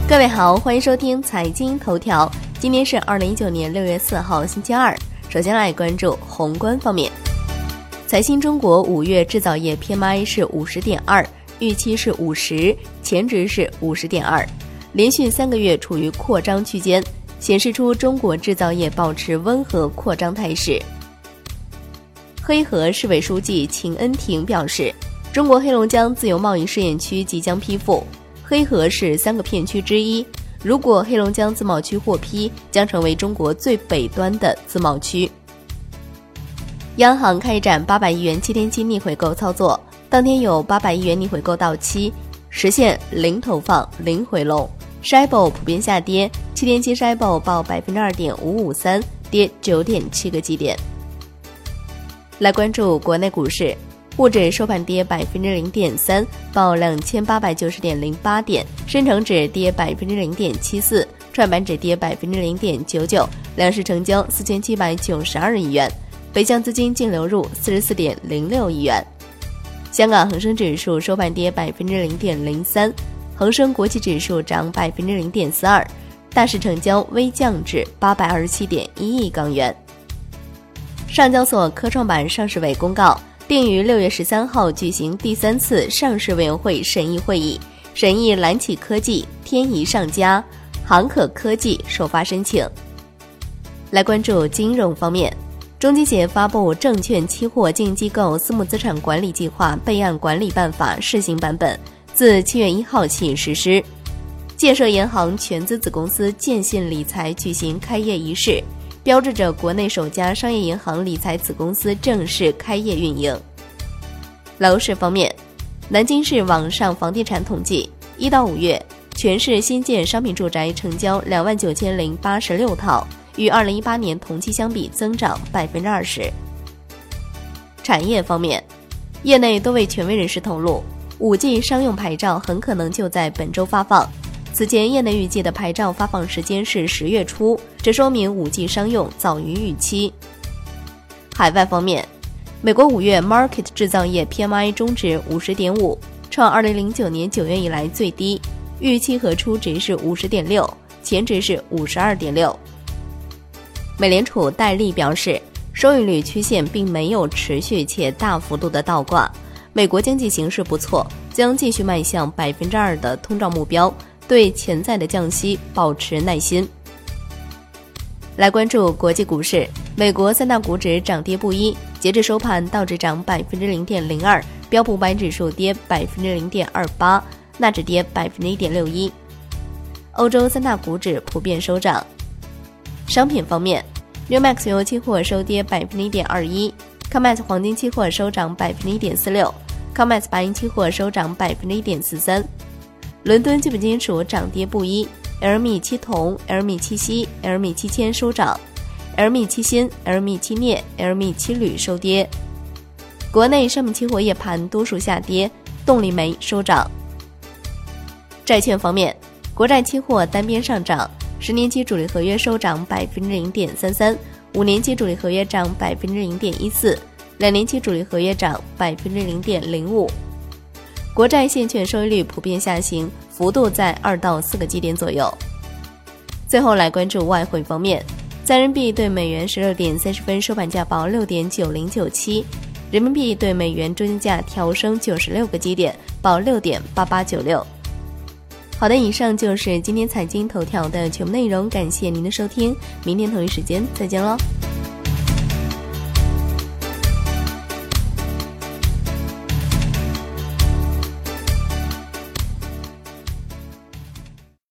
各位好，欢迎收听财经头条。今天是2019年6月4号星期二。首先来关注宏观方面。财新中国5月制造业 PMI 是 50.2， 预期是50，前值是 50.2， 连续3个月处于扩张区间，显示出中国制造业保持温和扩张态势。黑河市委书记秦恩廷表示，中国黑龙江自由贸易试验区即将批复，黑河是3个片区之一，如果黑龙江自贸区获批，将成为中国最北端的自贸区。央行开展800亿元7天期逆回购操作，当天有800亿元逆回购到期，实现零投放、零回笼。SHIBO 普遍下跌，7天期 SHIBO 报 2.553， 跌 9.7 个基点。来关注国内股市，沪指收盘跌 0.3%， 报 2890.08 点，深成指跌 0.74%， 创板指跌 0.99%， 两市成交4792亿元，北向资金净流入 44.06 亿元。香港恒生指数收盘跌 0.03%， 恒生国际指数涨 0.42%， 大市成交微降至 827.1 亿港元。上交所科创板上市委公告，定于6月13号举行第3次上市委员会审议会议，审议蓝启科技、天仪上家、航可科技首发申请。来关注金融方面，中金协发布《证券期货经营机构私募资产管理计划备案管理办法》试行版本，自7月1号起实施。建设银行全资子公司建信理财举行开业仪式，标志着国内首家商业银行理财子公司正式开业运营。楼市方面，南京市网上房地产统计，1到5月，全市新建商品住宅成交29086套，与2018年同期相比增长 20%。产业方面，业内多位权威人士透露，5G 商用牌照很可能就在本周发放。此前业内预计的牌照发放时间是10月初，这说明 5G 商用早于预期。海外方面，美国5月 Market 制造业 PMI 中值 50.5， 创2009年9月以来最低，预期和初值是 50.6， 前值是 52.6。 美联储戴利表示，收益率曲线并没有持续且大幅度的倒挂，美国经济形势不错，将继续迈向 2% 的通胀目标，对潜在的降息保持耐心。来关注国际股市，美国3大股指涨跌不一，截至收盘，道指涨 0.02%， 标普500指数跌 0.28%， 纳指跌 1.61%。 欧洲3大股指普遍收涨。商品方面， New-Max 原油期货收跌 1.21%， COMEX 黄金期货收涨 1.46%， COMEX 白银期货收涨 1.43%。伦敦基本金属涨跌不一，LME 期铜、LME 期锡、LME 期铅收涨， LME 期锌、LME 期镍、LME 期铝收跌。国内商品期货夜盘多数下跌，动力煤收涨。债券方面，国债期货单边上涨，10年期主力合约收涨 0.33%， 5年期主力合约涨 0.14%， 2年期主力合约涨 0.05%。国债现券收益率普遍下行，幅度在2到4个基点左右。最后来关注外汇方面，在人民币对美元16点30分收盘价报 6.9097， 人民币对美元中间价调升96个基点，报 6.8896。 好的，以上就是今天财经头条的全部内容，感谢您的收听，明天同一时间再见喽。